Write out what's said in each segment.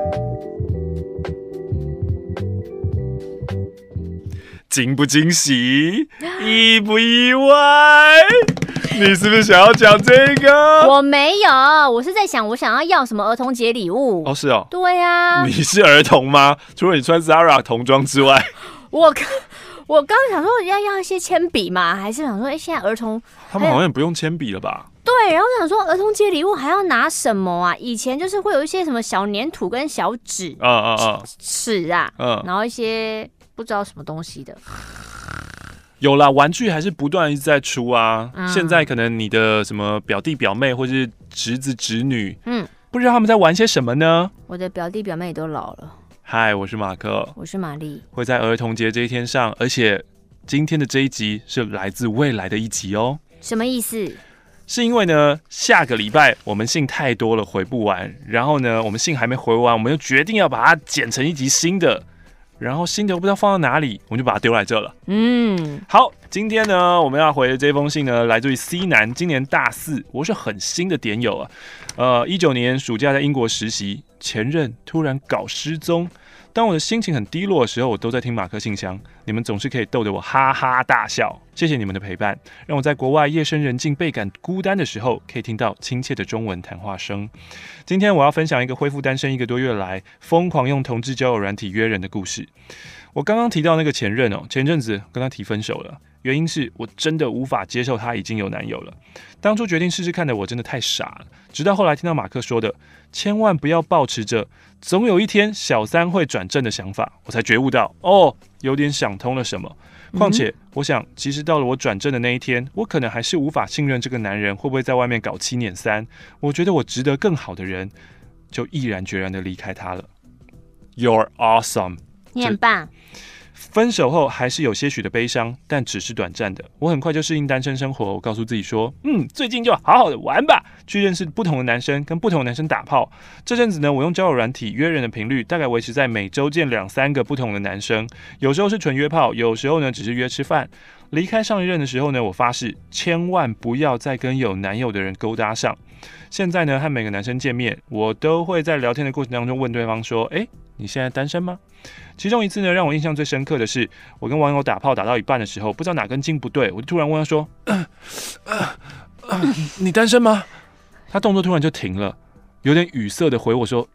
惊不惊喜，意不意外？你是不是想要讲这个？ 我没有，我是在想我想要什么儿童节礼物。 哦，是哦。 对啊。 你是儿童吗？除了你穿 Zara 童装之外， 我刚想说要一些铅笔嘛，还是想说，现在儿童他们好像也不用铅笔了吧？ 对，然后想说儿童节礼物还要拿什么啊？以前就是会有一些什么小粘土跟小纸尺啊，然后一些不知道什么东西的。 有啦，玩具还是不断一直在出啊。现在可能你的什么表弟表妹或是侄子侄女，不知道他们在玩些什么呢？ 我的表弟表妹也都老了。 嗨，我是马克， 我是玛丽， 会在儿童节这一天上，而且今天的这一集是来自未来的一集哦。 什么意思？ 是因为呢，下个礼拜我们信太多了回不完，然后呢，我们信还没回完，我们又决定要把它剪成一集新的，然后新的不知道放到哪里，我们就把它丢在这了。好，今天呢，我们要回的这封信呢，来自于 C 男，今年大4，我是很新的点友啊。19年暑假在英国实习，前任突然搞失踪。当我的心情很低落的时候，我都在听马克信箱，你们总是可以逗得我哈哈大笑。谢谢你们的陪伴，让我在国外夜深人静倍感孤单的时候，可以听到亲切的中文谈话声。今天我要分享一个恢复单身1个多月来疯狂用同志交友软体约人的故事。我刚刚提到那个前任前阵子跟他提分手了，原因是我真的无法接受他已经有男友了。当初决定试试看的我真的太傻了，直到后来听到马克说的千万不要抱持着总有一天小三会转正的想法，我才觉悟到有点想通了什么。况且我想其实到了我转正的那一天，我可能还是无法信任这个男人会不会在外面搞7撵3，我觉得我值得更好的人，就毅然决然的离开他了。 You're awesome， 你很棒。 分手后还是有些许的悲伤，但只是短暂的。我很快就适应单身生活，我告诉自己说，最近就好好的玩吧，去认识不同的男生，跟不同的男生打炮。这阵子呢，我用交友软体约人的频率大概维持在每周见2-3个不同的男生，有时候是纯约炮，有时候呢只是约吃饭。离开上一任的时候呢，我发誓千万不要再跟有男友的人勾搭上。现在呢，和每个男生见面，我都会在聊天的过程当中问对方说，你现在单身吗？其中一次呢，让我印象最深刻的是，我跟网友打炮打到一半的时候，不知道哪根筋不对，我就突然问他说：“你单身吗？”他动作突然就停了，有点语塞的回我说：“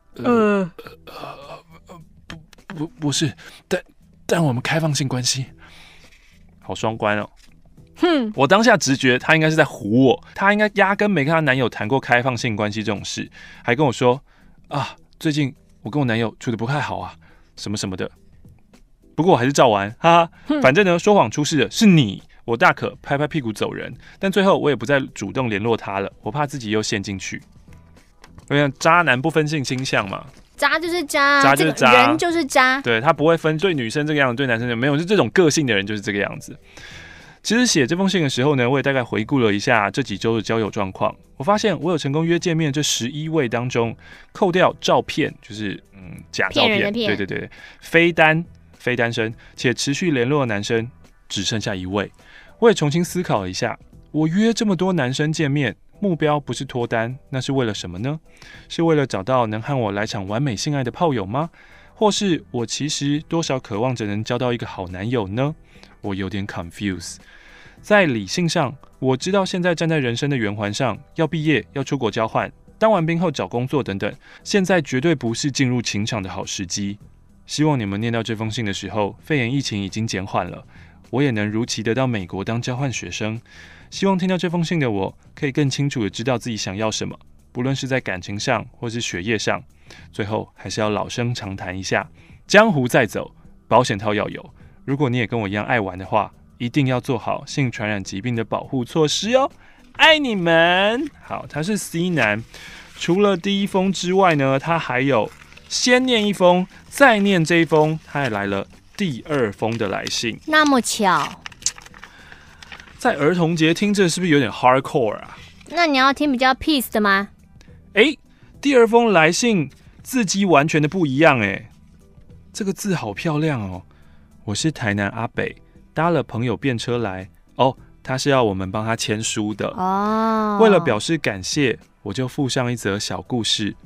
不是，但我们开放性关系。”好双关哦。我当下直觉他应该是在唬我，他应该压根没跟他男友谈过开放性关系这种事，还跟我说：“最近我跟我男友处得不太好啊。”什么什么的，不过我还是照玩，哈哈。反正呢，说谎出事的是你，我大可拍拍屁股走人。但最后我也不再主动联络他了，我怕自己又陷进去。我想渣男不分性倾向嘛， 渣就是渣， 渣就是渣， 人就是渣。 对，他不会分对女生这个样子，对男生没有，是这种个性的人就是这个样子。其实写这封信的时候呢，我也大概回顾了一下这几周的交友状况。我发现我有成功约见面这11位当中，扣掉照片，就是假照片，对，非单身且持续联络的男生只剩下1位。我也重新思考了一下，我约这么多男生见面，目标不是脱单，那是为了什么呢？是为了找到能和我来场完美性爱的炮友吗？或是我其实多少渴望着能交到一个好男友呢？我有点 confused。在理性上，我知道现在站在人生的圆环上，要毕业，要出国交换，当完兵后找工作等等，现在绝对不是进入情场的好时机。希望你们念到这封信的时候，肺炎疫情已经减缓了，我也能如期的到美国当交换学生。希望听到这封信的我，可以更清楚的知道自己想要什么，不论是在感情上或是学业上。最后还是要老生常谈一下，江湖再走，保险套要有。如果你也跟我一样爱玩的话，一定要做好性传染疾病的保护措施哦，爱你们。好，他是 C 男。除了第一封之外呢，他还有先念一封，再念这一封，他也来了第2封的来信。 那么巧， 在儿童节听这是不是有点 hardcore 啊？ 那你要听比较 peace 的吗？ 第2封来信字迹完全的不一样哎，这个字好漂亮哦。我是台南阿北，搭了朋友便车来他是要我们帮他签书的为了表示感谢，我就附上一则小故事。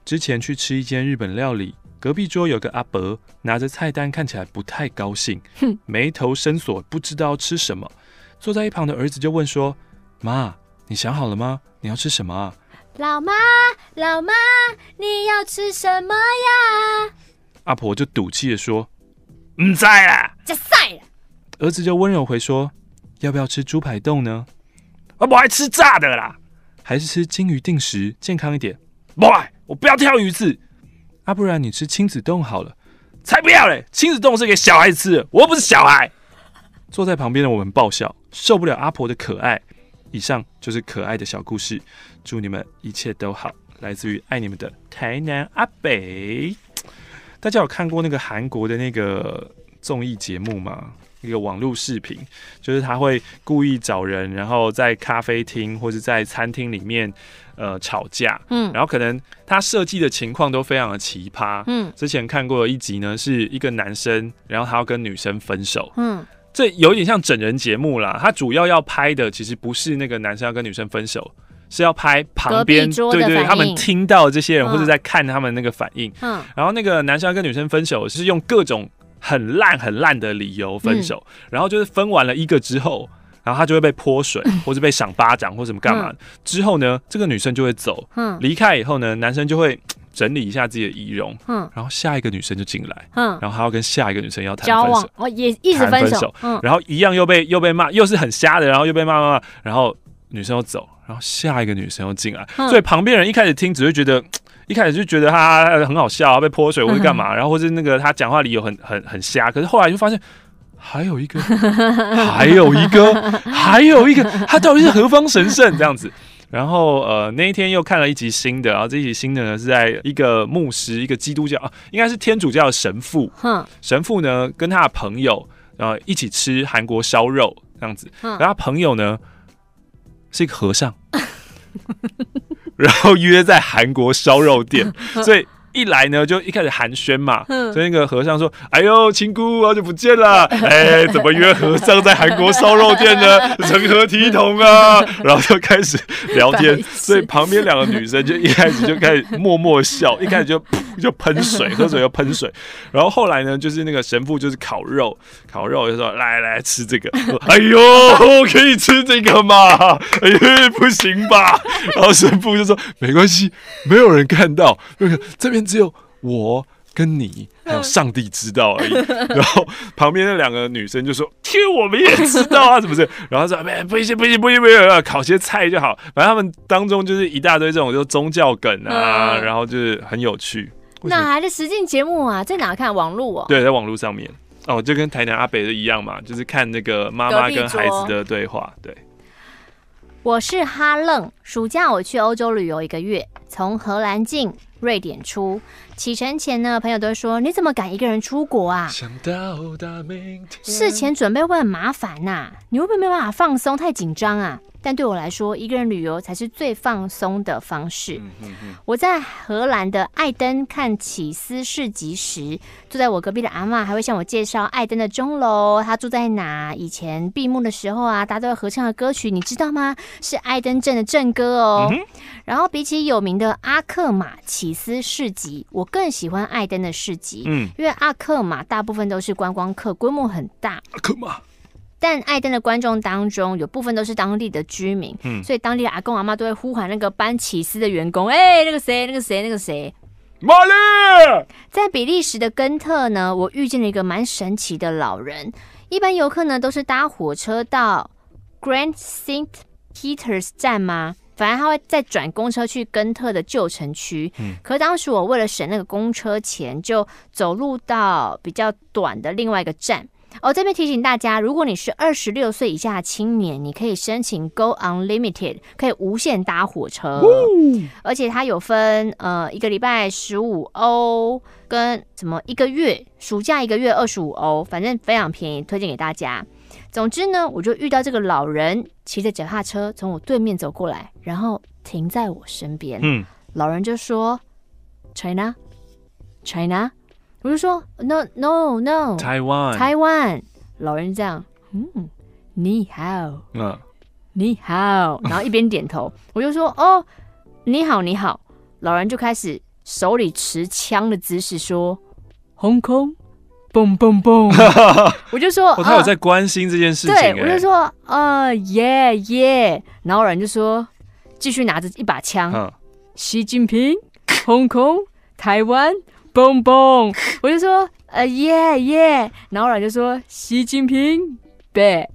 之前去吃一间日本料理，隔壁桌有个阿伯拿着菜单，看起来不太高兴，眉头深锁，不知道吃什么。坐在一旁的儿子就问说：“妈，你想好了吗？你要吃什么啊？” 老妈，老妈，你要吃什么呀？ 阿婆就赌气的说：“唔知啦， 吃晒了。” 儿子就温柔回说：“要不要吃猪排冻呢？”我不爱吃炸的啦，还是吃金鱼定时健康一点？不爱，我不要挑鱼刺。不然你吃亲子冻好了。才不要嘞！亲子冻是给小孩子吃的，我又不是小孩。坐在旁边的我们爆笑，受不了阿婆的可爱。以上就是可爱的小故事，祝你们一切都好。来自于爱你们的台南阿北。大家有看过那个韩国的那个综艺节目吗？一个网络视频，就是他会故意找人，然后在咖啡厅或者在餐厅里面吵架，然后可能他设计的情况都非常的奇葩。之前看过的一集呢，是一个男生，然后他要跟女生分手。这有点像整人节目啦。他主要要拍的其实不是那个男生要跟女生分手，是要拍旁边对他们听到这些人或者在看他们那个反应。然后那个男生要跟女生分手，是用各种很烂的理由分手，然后就是分完了一个之后，然后他就会被泼水，或是被赏巴掌，或什么干嘛。之后呢，这个女生就会走，离开以后呢，男生就会整理一下自己的仪容，然后下一个女生就进来，然后他要跟下一个女生要谈分手， 也一直分手， 然后一样又被骂，又是很瞎的，然后又被骂，然后女生又走，然后下一个女生又进来，所以旁边人一开始听只会觉得。一开始就觉得他很好笑，被泼水或者干嘛，然后或是那个他讲话理由很瞎，可是后来就发现还有一个，还有一个，他到底是何方神圣这样子？然后那一天又看了一集新的，然后这一集新的呢是在一个牧师，一个基督教应该是天主教的神父，神父呢跟他的朋友一起吃韩国烧肉这样子，然后他朋友呢是一个和尚。然后约在韩国烧肉店，所以一来呢就一开始寒暄嘛，所以那个和尚说：“哎呦，亲姑好久不见了，哎，怎么约和尚在韩国烧肉店呢？成何体统啊！”然后就开始聊天，所以旁边两个女生就一开始就开始默默笑，一开始就喷水，喝水又喷水，然后后来呢，就是那个神父就是烤肉就说来吃这个，哎呦，可以吃这个吗？哎呦，不行吧？然后神父就说没关系，没有人看到，这边只有我跟你还有上帝知道而已。然后旁边那两个女生就说：“天，我们也知道啊，是不是？”然后说：“不行，烤些菜就好。”反正他们当中就是一大堆这种就是宗教梗啊，然后就是很有趣。 哪来的实境节目啊？在哪看？网络哦？ 对，在网络上面哦，就跟台南阿北的一样嘛，就是看那个妈妈跟孩子的对话。对， 我是哈愣，暑假我去欧洲旅游1个月，从荷兰进，瑞典出。启程前呢，朋友都会说：“你怎么敢一个人出国啊？事前准备会很麻烦呐，你会不会没办法放松？太紧张啊？”但对我来说，一个人旅游才是最放松的方式。我在荷兰的艾登看起司市集时，坐在我隔壁的阿嬷还会向我介绍艾登的钟楼，他住在哪，以前闭幕的时候啊，大家都会合唱的歌曲，你知道吗？是艾登镇的镇歌哦。然后比起有名的阿克玛起司市集，我更喜欢艾登的市集，因为阿克玛大部分都是观光客，规模很大。 阿克玛。 但艾登的观众当中，有部分都是当地的居民，所以当地的阿公阿嬷都会呼喊那个搬起司的员工，那个谁， 玛丽。 在比利时的根特呢，我遇见了一个蛮神奇的老人。一般游客呢都是搭火车到 Grand St. Peters 站吗？反正他会再转公车去根特的旧城区。可是当时我为了省那个公车钱，就走路到比较短的另外一个站。这边提醒大家，如果你是26岁以下的青年，你可以申请 Go Unlimited， 可以无限搭火车，而且它有分1个礼拜15欧，跟什么1个月暑假1个月25欧，反正非常便宜，推荐给大家。总之呢，我就遇到这个老人骑着脚踏车从我对面走过来，然后停在我身边。老人就说 China， 我就说 No Taiwan。老人这样，你好，你好，然后一边点头，我就说你好。老人就开始手里持枪的姿势说：“Hong Kong， 蹦蹦蹦。”我就说：“ 他有在关心这件事情。” 对，我就说：“耶耶。”然后人就说：“继续拿着一把枪，习近平，Hong Kong， 台湾，蹦蹦。”我就说：“耶耶。”然后人就说：“习近平 ，bad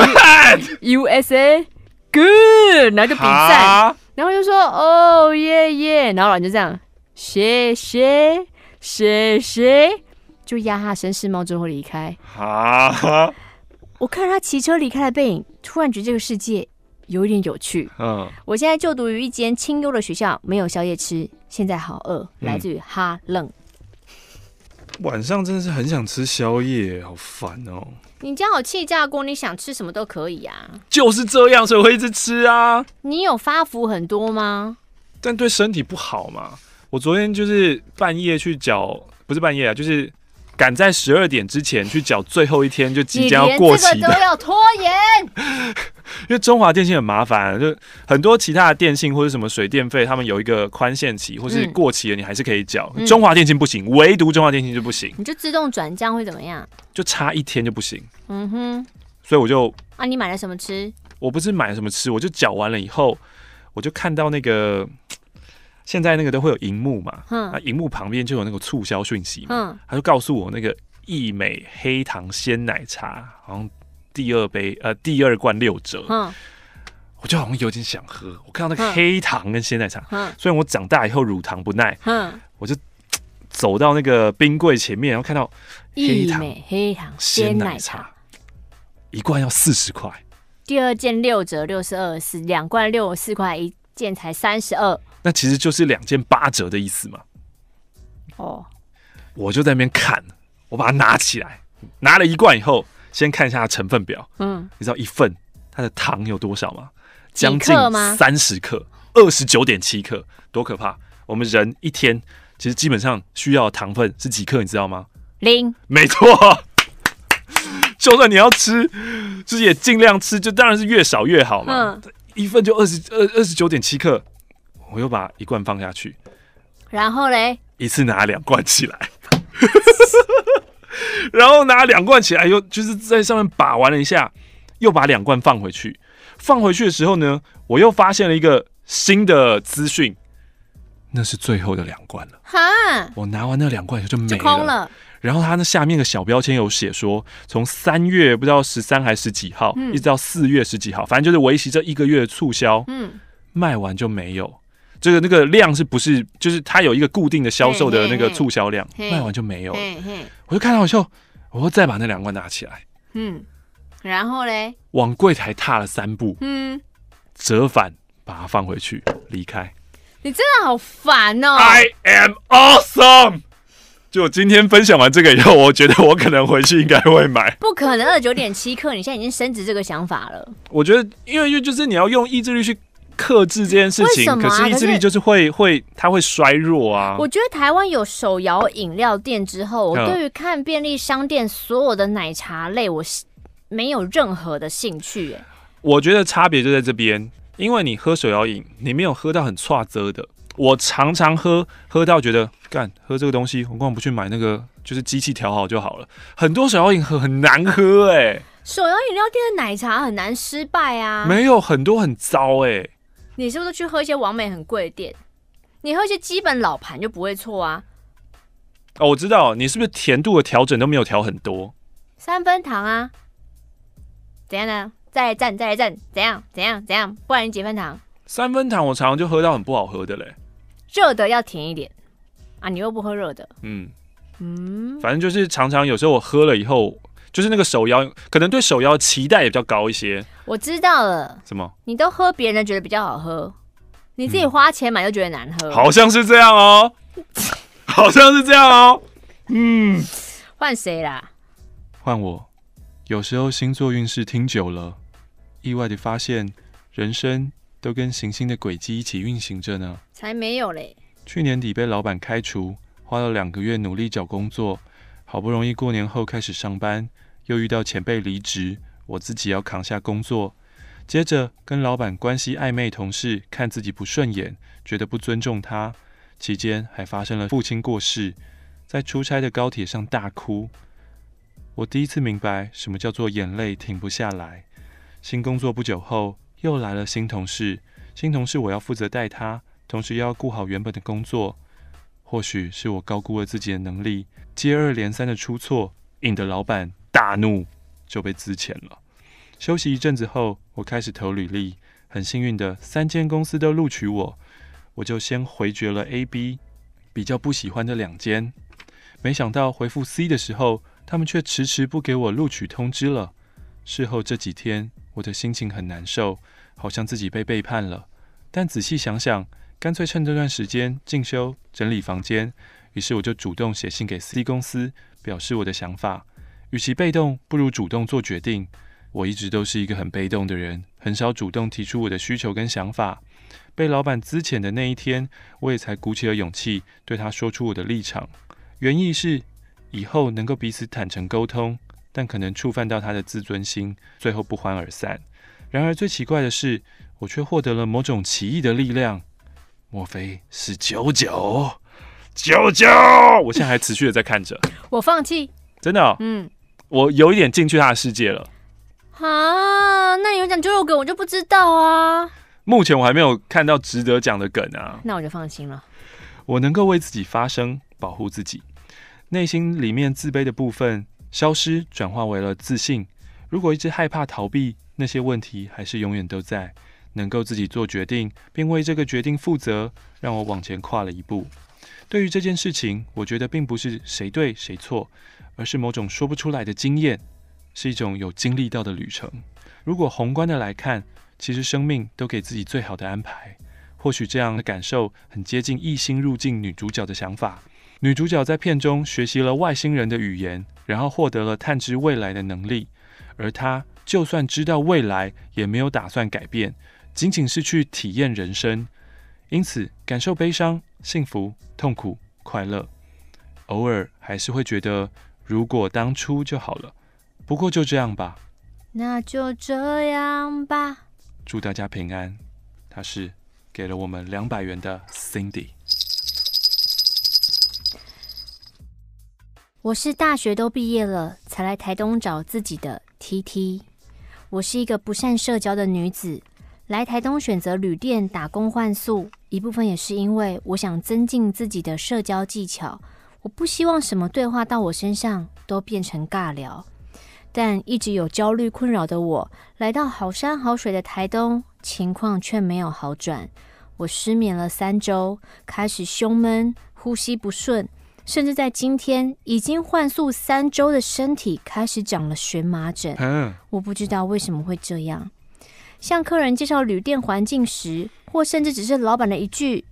USA good。”然后就比赞，然后就说：“哦耶耶。”然后人就这样，谢谢谢谢，就压他绅士帽之后离开。我看他骑车离开的背影，突然觉得这个世界有一点有趣。我现在就读于一间清幽的学校，没有宵夜吃，现在好饿。来自于哈愣。 晚上真的是很想吃宵夜，好烦哦。 你家有气炸锅，你想吃什么都可以啊。 就是这样，所以我会一直吃啊。 你有发福很多吗？ 但对身体不好嘛。我昨天就是半夜去缴，不是半夜啊，就是赶在12点之前去缴最后一天就即将要过期的， 你连这个都要拖延。 因为中华电信很麻烦，就很多其他的电信或者什么水电费，他们有一个宽限期，或是过期了你还是可以缴。中华电信不行，唯独中华电信就不行。 你就自动转账会怎么样？ 就差1天就不行。所以我就你买了什么吃？我不是买了什么吃，我就缴完了以后，我就看到那个现在那个都会有荧幕嘛，那荧幕旁边就有那个促销讯息嘛，他就告诉我那个益美黑糖鲜奶茶好像第二罐6折，我就好像有点想喝。我看到那个黑糖跟鲜奶茶，虽然我长大以后乳糖不耐，我就走到那个冰柜前面，然后看到益美黑糖鲜奶茶一罐要40块， 第二件6折62，两罐64块，一件才32。 那其实就是2件8折的意思嘛。我就在那边看，我把它拿起来，拿了1罐以后。先看一下它成分表，你知道一份它的糖有多少吗？将近30克，29.7克，多可怕！我们人一天其实基本上需要的糖分是几克，你知道吗？0。没错，就算你要吃，就是也尽量吃，就当然是越少越好嘛。一份就29.7克，我又把1罐放下去， 然后嘞， 一次拿2罐起来。然后拿2罐起来，又就是在上面把玩了一下，又把2罐放回去。放回去的时候呢，我又发现了一个新的资讯，那是最后的2罐了。我拿完那2罐就没了，就空了。然后它那下面的小标签有写说，从3月不知道13还是10几号，一直到4月10几号，反正就是为期这1个月的促销，卖完就没有。这个那个量是不是就是它有一个固定的销售的那个促销量，卖完就没有了。我就看到以后，我会再把那2罐拿起来， 然后嘞， 往柜台踏了3步，折返把它放回去，离开。 你真的好烦哦 ！I am awesome。就我今天分享完这个以后，我觉得我可能回去应该会买。 不可能29.7克，你现在已经升值这个想法了。 我觉得，因为就是你要用意志力去克制这件事情，可是意志力就是它会衰弱啊。 我觉得台湾有手摇饮料店之后，我对于看便利商店所有的奶茶类，我没有任何的兴趣。 我觉得差别就在这边，因为你喝手摇饮，你没有喝到很剉啧的。我常常喝到觉得，喝这个东西，我干嘛不去买那个，就是机器调好就好了。很多手摇饮很难喝手摇饮料店的奶茶很难失败啊。 没有，很多很糟你是不是去喝一些网美很贵的店？你喝一些基本老盘就不会错啊。 我知道，你是不是甜度的调整都没有调很多 ？3分糖啊？怎样呢？再来站，怎样？不然你几分糖 ？3分糖我常常就喝到很不好喝的嘞。 热的要甜一点啊，你又不喝热的。 反正就是常常有时候我喝了以后，就是那个手摇，可能对手摇期待也比较高一些。 我知道了。 什么？ 你都喝别人觉得比较好喝，你自己花钱买就觉得难喝。 好像是这样哦，好像是这样哦。 换谁啦？ 换我。有时候星座运势听久了，意外的发现人生都跟行星的轨迹一起运行着呢。 才没有嘞！ 去年底被老板开除，花了2个月努力找工作，好不容易过年后开始上班，又遇到前辈离职，我自己要扛下工作。接着跟老板关系暧昧同事看自己不顺眼，觉得不尊重他， 期间还发生了父亲过世，在出差的高铁上大哭。我第一次明白什么叫做眼泪停不下来。新工作不久后，又来了新同事，我要负责带他，同时又要顾好原本的工作。或许是我高估了自己的能力，接二连三的出错，引得老板大怒，就被资遣了。休息一阵子后，我开始投履历，很幸运的3间公司都录取我，我就先回绝了 A、B 比较不喜欢的2间。没想到回复 C 的时候，他们却迟迟不给我录取通知了。事后这几天，我的心情很难受，好像自己被背叛了。但仔细想想，干脆趁这段时间进修整理房间，于是我就主动写信给 C 公司，表示我的想法。与其被动，不如主动做决定。我一直都是一个很被动的人，很少主动提出我的需求跟想法。被老板资遣的那一天，我也才鼓起了勇气对他说出我的立场。原意是以后能够彼此坦诚沟通，但可能触犯到他的自尊心，最后不欢而散。然而最奇怪的是，我却获得了某种奇异的力量。莫非是99？我现在还持续的在看着。 我放弃。 真的哦？我有一点进去他的世界了。 啊，那你有讲9个，我就不知道啊。 目前我还没有看到值得讲的梗啊。 那我就放心了。 我能够为自己发声，保护自己，内心里面自卑的部分消失，转化为了自信。如果一直害怕逃避，那些问题还是永远都在。能够自己做决定，并为这个决定负责，让我往前跨了一步。对于这件事情，我觉得并不是谁对谁错，而是某种说不出来的经验，是一种有经历到的旅程。如果宏观的来看，其实生命都给自己最好的安排。或许这样的感受很接近一心入境女主角的想法。女主角在片中学习了外星人的语言，然后获得了探知未来的能力，而她就算知道未来，也没有打算改变，仅仅是去体验人生。因此感受悲伤、幸福、痛苦、快乐，偶尔还是会觉得如果当初就好了。不过就这样吧， 那就这样吧。 祝大家平安。他是给了我们200元的 Cindy。 我是大学都毕业了才来台东找自己的 TT。 我是一个不善社交的女子，来台东选择旅店打工换宿，一部分也是因为我想增进自己的社交技巧。我不希望什么对话到我身上都变成尬聊。但一直有焦虑困扰的我，来到好山好水的台东，情况却没有好转。我失眠了3周，开始胸闷、呼吸不顺，甚至在今天已经换宿3周的身体开始长了荨麻疹。我不知道为什么会这样。向客人介绍旅店环境时，或甚至只是老板的一句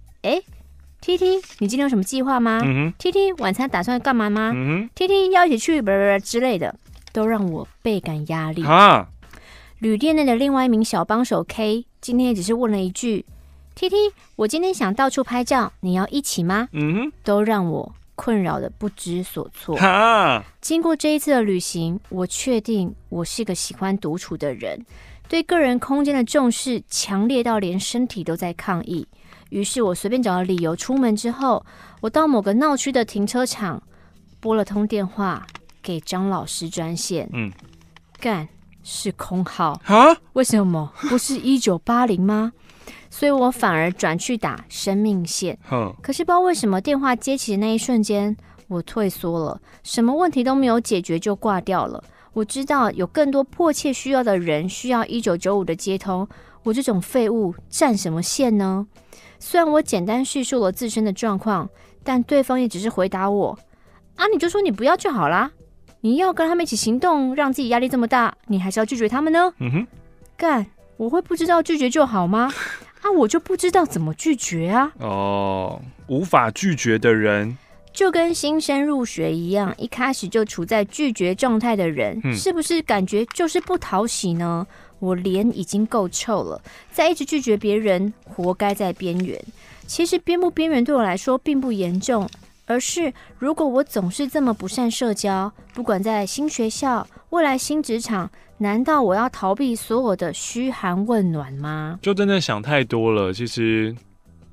TT 你今天有什么计划吗？TT 晚餐打算干嘛吗？TT 要一起去之类的，都让我倍感压力。旅店内的另外一名小帮手 K 今天也只是问了一句 TT 我今天想到处拍照，你要一起吗？都让我困扰的不知所措。经过这一次的旅行，我确定我是个喜欢独处的人，对个人空间的重视强烈到连身体都在抗议。于是我随便找了理由出门之后，我到某个闹区的停车场拨了通电话给张老师专线。干，是空号。为什么不是1980吗？所以我反而转去打生命线。可是不知道为什么电话接起的那一瞬间，我退缩了，什么问题都没有解决就挂掉了。我知道有更多迫切需要的人需要1995的接通，我这种废物占什么线呢？虽然我简单叙述了自身的状况，但对方也只是回答我你就说你不要就好啦，你要跟他们一起行动，让自己压力这么大，你还是要拒绝他们呢？干，我会不知道拒绝就好吗？我就不知道怎么拒绝啊。 无法拒绝的人， 就跟新生入学一样，一开始就处在拒绝状态的人，是不是感觉就是不讨喜呢？我脸已经够臭了，再一直拒绝别人，活该在边缘。其实边不边缘对我来说并不严重，而是如果我总是这么不善社交，不管在新学校、未来新职场，难道我要逃避所有的嘘寒问暖吗？ 就真的想太多了。其实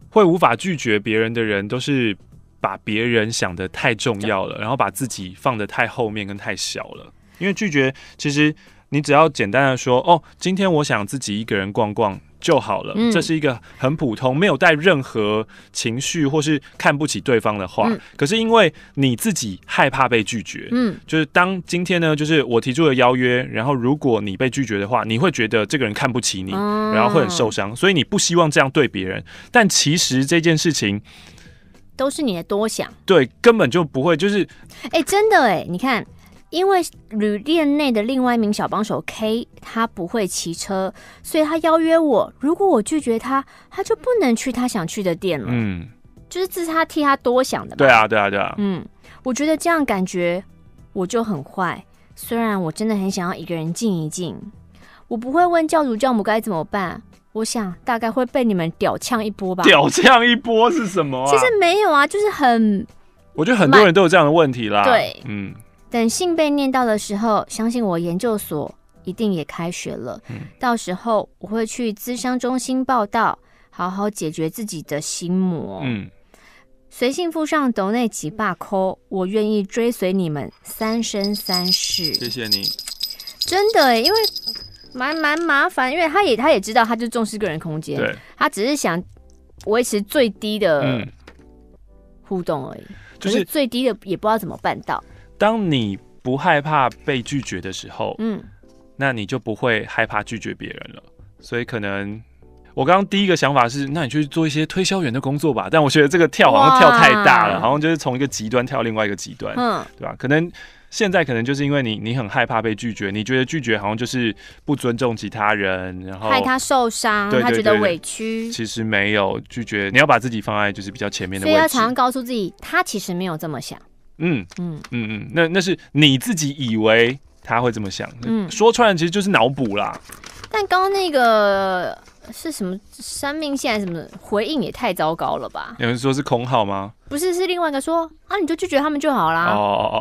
会无法拒绝别人的人，都是把别人想得太重要了，然后把自己放得太后面跟太小了。因为拒绝，其实你只要简单的说，哦，今天我想自己一个人逛逛就好了，这是一个很普通，没有带任何情绪或是看不起对方的话。可是因为你自己害怕被拒绝，就是当今天呢，就是我提出了邀约，然后如果你被拒绝的话，你会觉得这个人看不起你，然后会很受伤，所以你不希望这样对别人。但其实这件事情都是你的多想， 对，根本就不会，就是真的你看。因为旅店内的另外一名小帮手 K 他不会骑车，所以他邀约我，如果我拒绝他，他就不能去他想去的店了。就是这是他替他多想的吧。 对啊。 我觉得这样感觉我就很坏，虽然我真的很想要一个人静一静，我不会问教主教母该怎么办，我想大概会被你们屌呛一波吧。 屌呛一波是什么啊？ 其实没有啊，就是我觉得很多人都有这样的问题啦。 对，等信被念到的时候，相信我，研究所一定也开学了。到时候我会去諮商中心报到，好好解决自己的心魔。随信附上斗内几把扣，我愿意追随你们三生三世。 谢谢你。 真的因为蛮麻烦，因为他也知道，他就重视个人空间，他只是想维持最低的互动而已。就是最低的也不知道怎么办到。 当你不害怕被拒绝的时候，那你就不会害怕拒绝别人了。所以可能我刚刚第一个想法是，那你去做一些推销员的工作吧。但我觉得这个跳好像跳太大了，好像就是从一个极端跳另外一个极端，对吧？可能现在可能就是因为你很害怕被拒绝，你觉得拒绝好像就是不尊重其他人，然后害他受伤，他觉得委屈。 其实没有，拒绝你要把自己放在就是比较前面的位置， 所以要常常告诉自己，他其实没有这么想。 那是你自己以为他会这么想，说穿了其实就是脑补啦。 但刚刚那个是什么生命线还是什么回应也太糟糕了吧？ 有人说是空号吗？ 不是，是另外一个说啊，你就拒绝他们就好啦。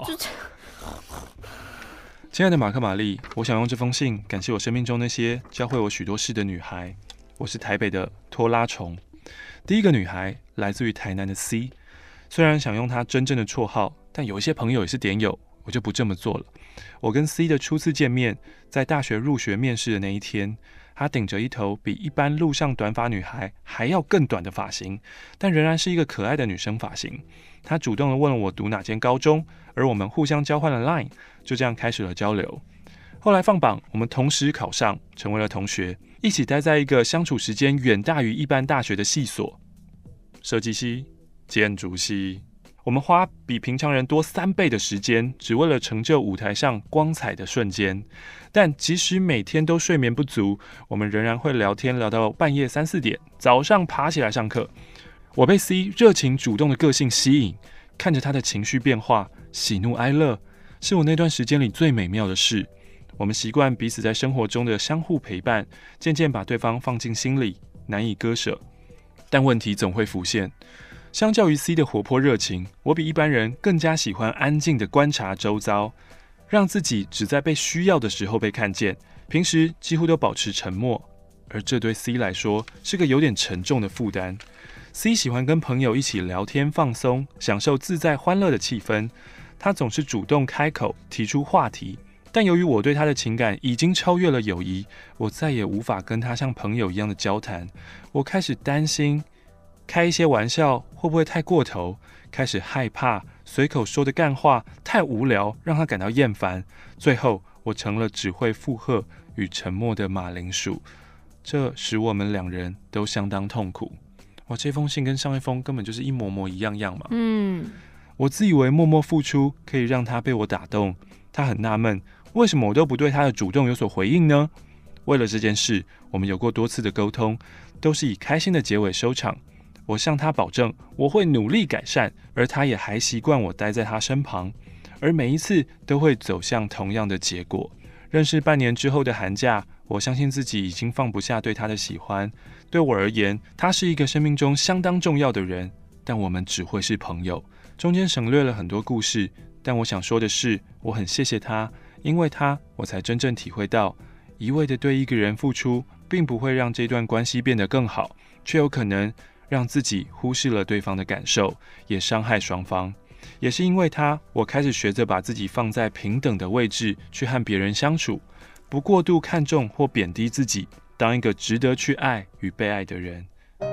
亲爱的马克玛丽，我想用这封信感谢我生命中那些教会我许多事的女孩。我是台北的拖拉虫，第一个女孩来自于台南的 C。虽然想用她真正的绰号，但有一些朋友也是点友，我就不这么做了。我跟 C 的初次见面，在大学入学面试的那一天，她顶着一头比一般路上短发女孩还要更短的发型，但仍然是一个可爱的女生发型。她主动的问了我读哪间高中，而我们互相交换了 LINE， 就这样开始了交流。后来放榜，我们同时考上，成为了同学，一起待在一个相处时间远大于一般大学的系所——设计系、建筑系。我们花比平常人多3倍的时间，只为了成就舞台上光彩的瞬间。但即使每天都睡眠不足，我们仍然会聊天聊到半夜3、4点，早上爬起来上课。我被 C 热情主动的个性吸引，看着他的情绪变化，喜怒哀乐，是我那段时间里最美妙的事。我们习惯彼此在生活中的相互陪伴，渐渐把对方放进心里，难以割舍。但问题总会浮现。相较于 C 的活泼热情，我比一般人更加喜欢安静的观察周遭，让自己只在被需要的时候被看见，平时几乎都保持沉默。而这对 C 来说是个有点沉重的负担。C 喜欢跟朋友一起聊天放松，享受自在欢乐的气氛。他总是主动开口提出话题，但由于我对他的情感已经超越了友谊，我再也无法跟他像朋友一样的交谈。我开始担心开一些玩笑会不会太过头，开始害怕随口说的干话太无聊，让他感到厌烦。最后我成了只会附和与沉默的马铃薯，这使我们2人都相当痛苦。哇，这封信跟上一封根本就是一模模一样样嘛。我自以为默默付出可以让他被我打动，他很纳闷，为什么我都不对他的主动有所回应呢？为了这件事，我们有过多次的沟通，都是以开心的结尾收场。我向他保证我会努力改善，而他也还习惯我待在他身旁，而每一次都会走向同样的结果。认识半年之后的寒假，我相信自己已经放不下对他的喜欢。对我而言，他是一个生命中相当重要的人，但我们只会是朋友。中间省略了很多故事，但我想说的是，我很谢谢他，因为他，我才真正体会到，一味的对一个人付出，并不会让这段关系变得更好，却有可能让自己忽视了对方的感受，也伤害双方。也是因为他，我开始学着把自己放在平等的位置去和别人相处，不过度看重或贬低自己，当一个值得去爱与被爱的人。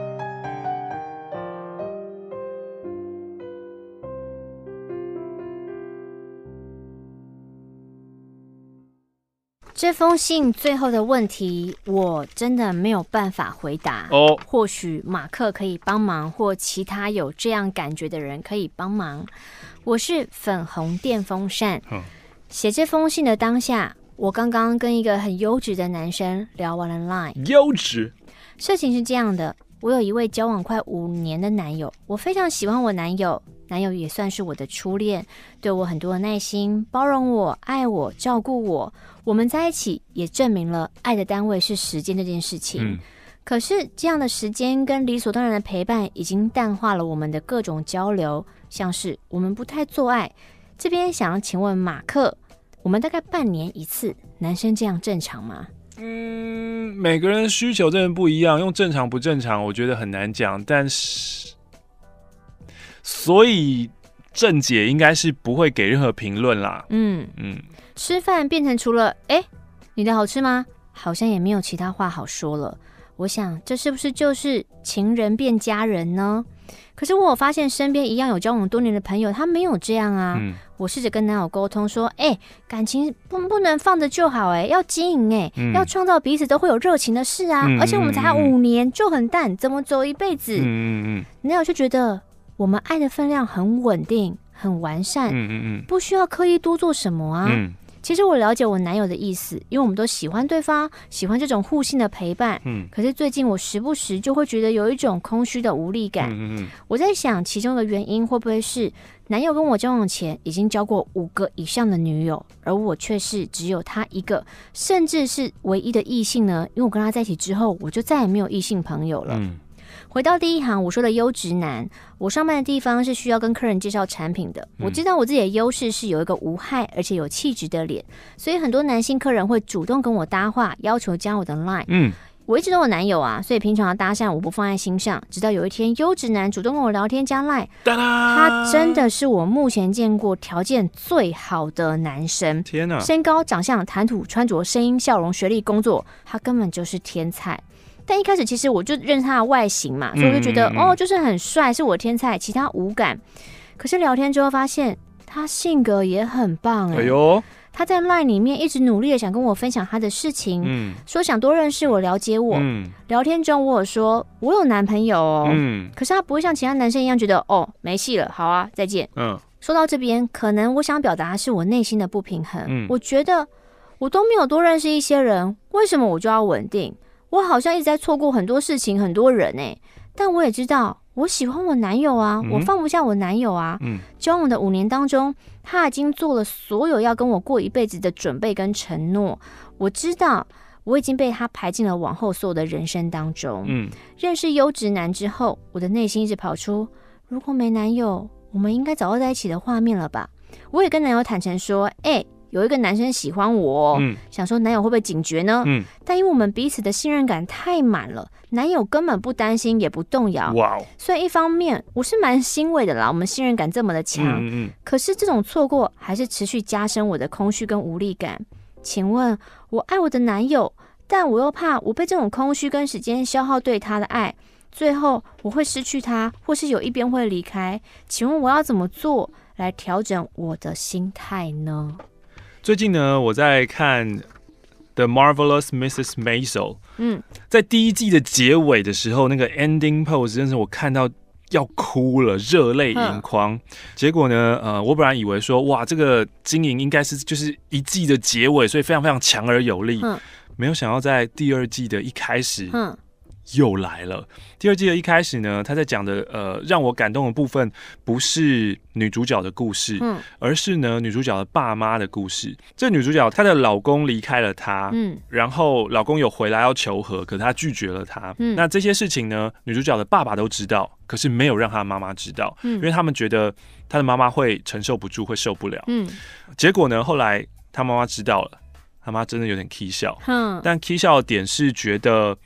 这封信最后的问题，我真的没有办法回答。或许马克可以帮忙，或其他有这样感觉的人可以帮忙。我是粉红电风扇。写这封信的当下，我刚刚跟一个很优质的男生聊完了 Line。 优质。 事情是这样的，我有一位交往快5年的男友，我非常喜欢我男友。男友也算是我的初恋，对我很多的耐心，包容我，爱我，照顾我。我们在一起也证明了爱的单位是时间这件事情。可是这样的时间跟理所当然的陪伴已经淡化了我们的各种交流，像是我们不太做爱。这边想要请问马克，我们大概半年一次，男生这样正常吗？ 每个人的需求真的不一样，用正常不正常我觉得很难讲，但是所以正姐应该是不会给任何评论啦。 吃饭变成除了你的好吃吗？好像也没有其他话好说了。我想这是不是就是情人变家人呢？可是我有发现身边一样有交往多年的朋友，他没有这样啊。我试着跟男友沟通说，感情不能放着就好，要经营，要创造彼此都会有热情的事啊。而且我们才5年就很淡，怎么走一辈子？男友就觉得我们爱的分量很稳定，很完善，不需要刻意多做什么啊。其实我了解我男友的意思，因为我们都喜欢对方，喜欢这种互信的陪伴。可是最近我时不时就会觉得有一种空虚的无力感。我在想其中的原因会不会是男友跟我交往前已经交过5个以上的女友，而我却是只有他一个，甚至是唯一的异性呢？因为我跟他在一起之后，我就再也没有异性朋友了。回到第一行，我说的优质男，我上班的地方是需要跟客人介绍产品的。我知道我自己的优势是有一个无害而且有气质的脸，所以很多男性客人会主动跟我搭话，要求加我的 Line。我一直都有男友啊，所以平常的搭讪我不放在心上。直到有一天，优质男主动跟我聊天加 Line， 他真的是我目前见过条件最好的男生。 天哪！ 身高、长相、谈吐、穿着、声音、笑容、学历、工作，他根本就是天才。但一开始其实我就认识他的外形嘛，所以我就觉得就是很帅，是我的天才，其他无感。可是聊天之后发现他性格也很棒他在 Line 里面一直努力的想跟我分享他的事情，说想多认识我，了解我。聊天中我有说我有男朋友可是他不会像其他男生一样觉得没戏了，好啊，再见。说到这边，可能我想表达的是我内心的不平衡。我觉得我都没有多认识一些人，为什么我就要稳定？我好像一直在错过很多事情，很多人但我也知道我喜欢我男友啊，我放不下我男友啊。交往的5年当中，他已经做了所有要跟我过一辈子的准备跟承诺。我知道我已经被他排进了往后所有的人生当中。认识优质男之后，我的内心一直跑出如果没男友，我们应该早就在一起的画面了吧。我也跟男友坦诚说有一个男生喜欢我想说男友会不会警觉呢？但因为我们彼此的信任感太满了，男友根本不担心也不动摇。所以一方面我是蛮欣慰的啦，我们信任感这么的强。可是这种错过还是持续加深我的空虚跟无力感。请问我爱我的男友，但我又怕我被这种空虚跟时间消耗对他的爱，最后我会失去他，或是有一边会离开。请问我要怎么做来调整我的心态呢？ 最近呢，我在看 The Marvelous Mrs. Maisel，在第1季的结尾的时候，那个 ending pose 真是我看到要哭了，热泪盈眶。结果呢，我本来以为说，哇，这个经营应该是就是1季的结尾，所以非常非常强而有力。没有想到在第2季的一开始，又来了。第2季的一开始呢，他在讲的让我感动的部分不是女主角的故事，而是呢女主角的爸妈的故事。这女主角她的老公离开了她，然后老公有回来要求和，可是她拒绝了她。那这些事情呢，女主角的爸爸都知道，可是没有让她妈妈知道，因为他们觉得她的妈妈会承受不住，会受不了。结果呢，后来她妈妈知道了，她妈真的有点起笑，但起笑的点是觉得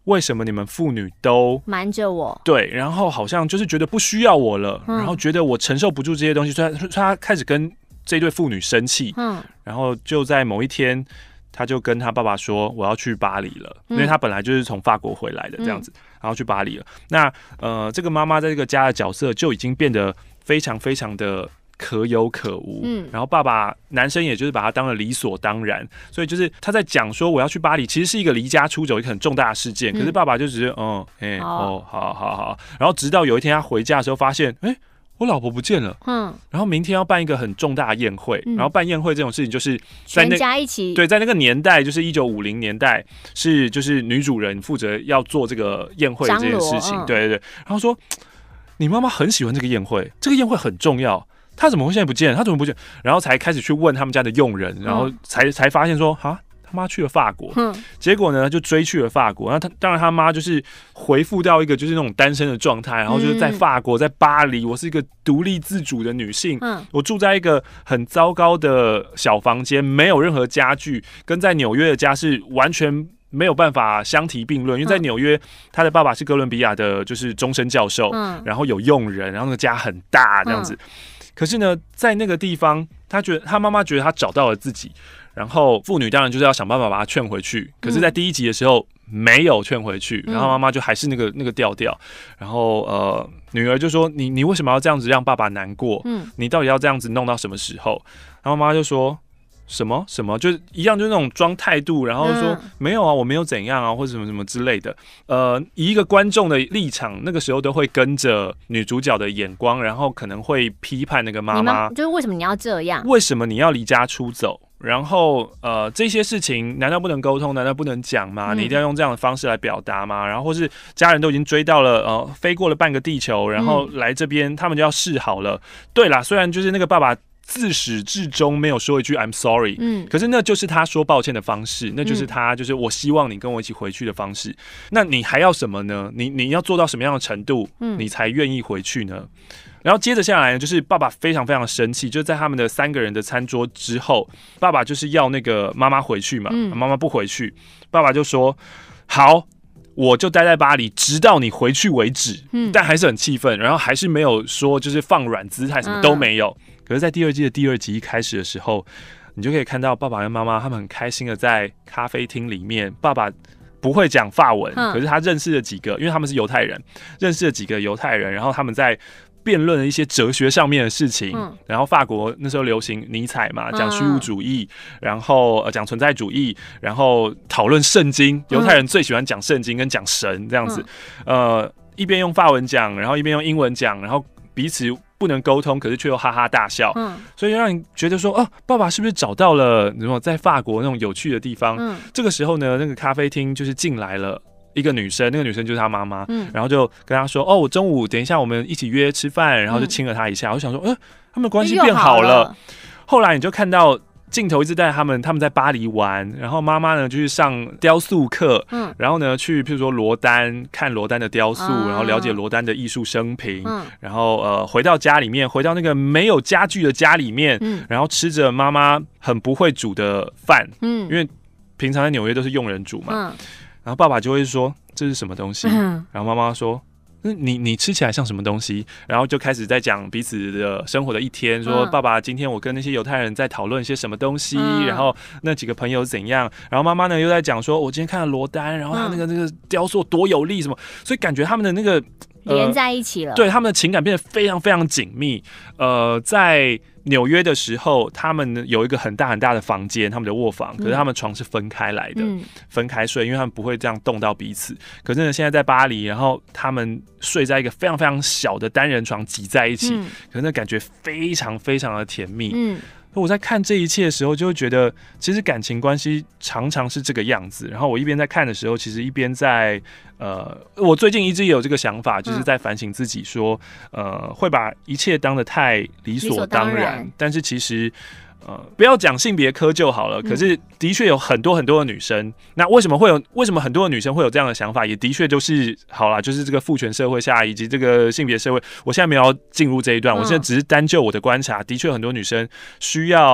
为什么你们父女都瞒着我？ 对，然后好像就是觉得不需要我了，然后觉得我承受不住这些东西，所以他开始跟这对父女生气。然后就在某一天，他就跟他爸爸说：“我要去巴黎了。”因为他本来就是从法国回来的这样子，然后去巴黎了。那这个妈妈在这个家的角色就已经变得非常非常的可有可无，然后爸爸男生也就是把他当了理所当然，所以就是他在讲说我要去巴黎，其实是一个离家出走一个很重大的事件，可是爸爸就只是好，然后直到有一天他回家的时候发现，我老婆不见了，然后明天要办一个很重大的宴会，然后办宴会这种事情就是在全家一起， 对，在那个年代就是1950年代是就是女主人负责要做这个宴会的这件事情，对，然后说你妈妈很喜欢这个宴会，这个宴会很重要。他怎么会现在不见？他怎么不见？然后才开始去问他们家的佣人，然后才发现说，他妈去了法国。结果呢，就追去了法国。那当然他妈就是回复到一个就是那种单身的状态，然后就是在法国，在巴黎，我是一个独立自主的女性，我住在一个很糟糕的小房间，没有任何家具，跟在纽约的家是完全没有办法相提并论，因为在纽约，他的爸爸是哥伦比亚的，就是终身教授，然后有佣人，然后那个家很大这样子。可是呢，在那个地方，他妈妈觉得他找到了自己，然后父女当然就是要想办法把他劝回去。可是，在第一集的时候没有劝回去，然后妈妈就还是那个调调。然后女儿就说：“你为什么要这样子让爸爸难过？你到底要这样子弄到什么时候？”然后妈妈就说：“什么，就是一样，就是那种装态度，然后说没有啊，我没有怎样啊，或者什么什么之类的。以一个观众的立场，那个时候都会跟着女主角的眼光，然后可能会批判那个妈妈， 就是为什么你要这样？ 为什么你要离家出走？然后这些事情难道不能沟通？难道不能讲吗？你一定要用这样的方式来表达吗？然后或是家人都已经追到了飞过了半个地球，然后来这边，他们就要示好了。对啦，虽然就是那个爸爸自始至终没有说一句 I'm sorry，可是那就是他说抱歉的方式，那就是他就是我希望你跟我一起回去的方式。那你还要什么呢？你要做到什么样的程度，你才愿意回去呢？然后接着下来呢，就是爸爸非常非常生气，就在他们的3个人的餐桌之后，爸爸就是要那个妈妈回去嘛，妈妈不回去，爸爸就说好，我就待在巴黎，直到你回去为止。但还是很气愤，然后还是没有说就是放软姿态，什么都没有。可是，在第2季的第2集一开始的时候，你就可以看到爸爸跟妈妈他们很开心的在咖啡厅里面，爸爸不会讲法文，可是他认识了几个，因为他们是犹太人，认识了几个犹太人，然后他们在辩论了一些哲学上面的事情。然后法国那时候流行尼采嘛，讲虚无主义，然后讲存在主义，然后讨论圣经。犹太人最喜欢讲圣经跟讲神这样子，一边用法文讲，然后一边用英文讲，然后彼此不能沟通，可是却又哈哈大笑，所以让你觉得说，爸爸是不是找到了在法国那种有趣的地方？这个时候呢，那个咖啡厅就是进来了一个女生，那个女生就是她妈妈，然后就跟她说：“我中午等一下我们一起约吃饭。”然后就亲了她一下。我想说，他们的关系变好了。后来你就看到镜头一直带他们在巴黎玩，然后妈妈呢就去上雕塑课，然后呢去譬如说罗丹看罗丹的雕塑，然后了解罗丹的艺术生平，然后回到家里面，回到那个没有家具的家里面，然后吃着妈妈很不会煮的饭，因为平常在纽约都是佣人煮嘛，然后爸爸就会说这是什么东西，然后妈妈说你吃起来像什么东西？然后就开始在讲彼此的生活的一天，说爸爸今天我跟那些犹太人在讨论些什么东西，然后那几个朋友怎样，然后妈妈呢又在讲说我今天看了罗丹，然后他那个雕塑多有力什么，所以感觉他们的那个连在一起了， 对，他们的情感变得非常非常紧密。在纽约的时候，他们有一个很大很大的房间，他们的卧房，可是他们床是分开来的，分开睡，因为他们不会这样动到彼此。可是呢，现在在巴黎，然后他们睡在一个非常非常小的单人床挤在一起，可是那感觉非常非常的甜蜜。我在看这一切的时候，就会觉得其实感情关系常常是这个样子。然后我一边在看的时候，其实一边在我最近一直也有这个想法，就是在反省自己说，会把一切当得太理所当然，但是其实。不要讲性别窠臼好了，可是的确有很多很多的女生。那为什么很多的女生会有这样的想法？也的确就是好啦，就是这个父权社会下以及这个性别社会，我现在没有要进入这一段，我现在只是单就我的观察，的确很多女生需要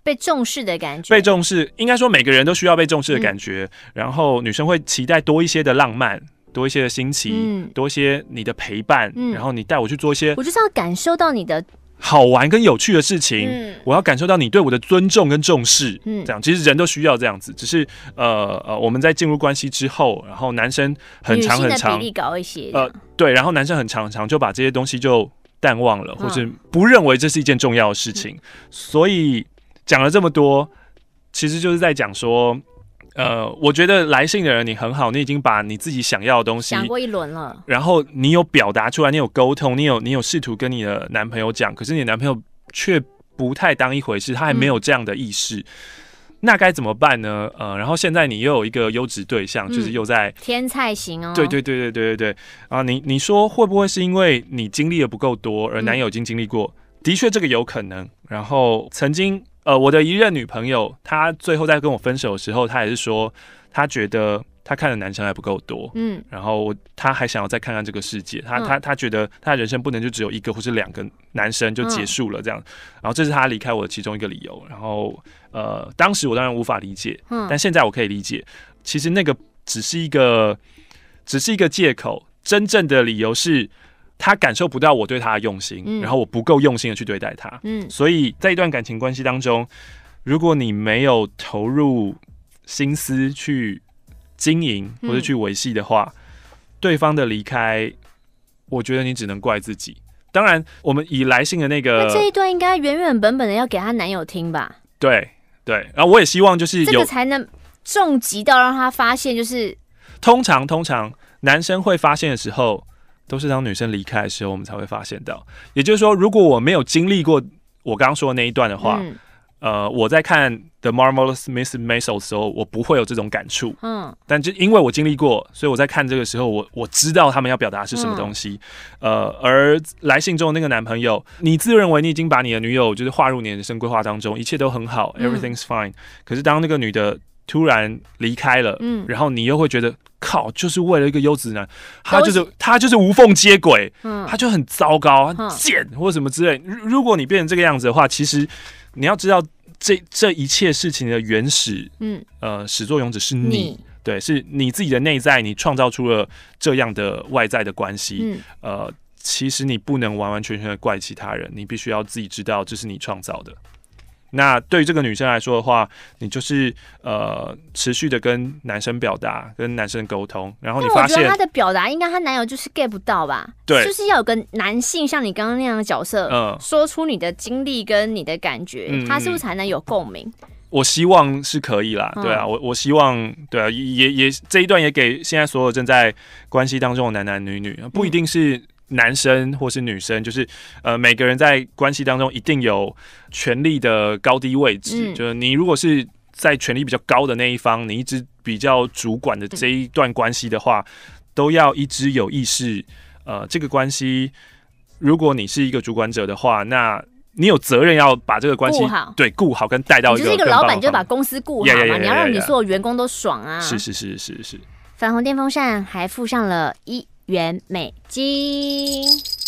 被重视的感觉， 被重视，应该说每个人都需要被重视的感觉。然后女生会期待多一些的浪漫，多一些的新奇，多一些你的陪伴，然后你带我去做一些， 我就是要感受到你的好玩跟有趣的事情，我要感受到你对我的尊重跟重视，这样其实人都需要这样子，只是我们在进入关系之后，然后男生很长女性的比例高一些， 对，然后男生很长就把这些东西就淡忘了，或是不认为这是一件重要的事情，所以讲了这么多，其实就是在讲说。我觉得来信的人你很好，你已经把你自己想要的东西想过一轮了， 然后你有表达出来，你有沟通，你有试图跟你的男朋友讲，可是你的男朋友却不太当一回事，他还没有这样的意识，那该怎么办呢？然后现在你又有一个优质对象，就是又在天菜型哦， 对啊，你说会不会是因为你经历的不够多，而男友已经经历过？的确这个有可能。然后曾经我的一任女朋友，她最后在跟我分手的时候，她也是说，她觉得她看的男生还不够多，然后她还想要再看看这个世界，她觉得她的人生不能就只有一个或是两个男生就结束了这样，然后这是她离开我的其中一个理由。然后当时我当然无法理解，但现在我可以理解，其实那个只是一个借口，真正的理由是。他感受不到我对他的用心，然后我不够用心的去对待他，所以在一段感情关系当中，如果你没有投入心思去经营或者去维系的话，对方的离开，我觉得你只能怪自己。当然，我们以来信的那个， 那这一段应该原原本本的要给她男友听吧？ 对，然后我也希望就是这个才能重击到让他发现，就是通常男生会发现的时候。都是当女生离开的时候，我们才会发现到。也就是说，如果我没有经历过我刚刚说的那一段的话，我在看《The Marvelous Mrs. Maisel》的时候，我不会有这种感触。但就因为我经历过，所以我在看这个时候，我知道他们要表达的是什么东西。而来信中的那个男朋友，你自认为你已经把你的女友就是划入你的人生规划当中，一切都很好，everything's fine。可是当那个女的突然离开了，然后你又会觉得。靠，就是为了一个优质男，他就是无缝接轨，他就很糟糕，贱或者什么之类。如果你变成这个样子的话，其实你要知道这一切事情的原始，始作俑者是你，对，是你自己的内在，你创造出了这样的外在的关系。其实你不能完完全全的怪其他人，你必须要自己知道这是你创造的。那对于这个女生来说的话，你就是持续的跟男生表达，跟男生沟通，然后你发现， 我觉得她的表达应该她男友就是 get 不到吧？ 对， 就是要有个男性像你刚刚那样的角色，说出你的经历跟你的感觉，他是不是才能有共鸣？ 我希望是可以啦，对啊，我希望，对啊，也这一段也给现在所有正在关系当中的男男女女，不一定是。男生或是女生，就是每个人在关系当中一定有权力的高低位置。就是你如果是在权力比较高的那一方，你一直比较主管的这一段关系的话，都要一直有意识。这个关系，如果你是一个主管者的话，那你有责任要把这个关系顾好跟带到一个。 你就是一个老板，就把公司顾好嘛。你要让你所有员工都爽啊。 是。 粉红电风扇还附上了1元美金。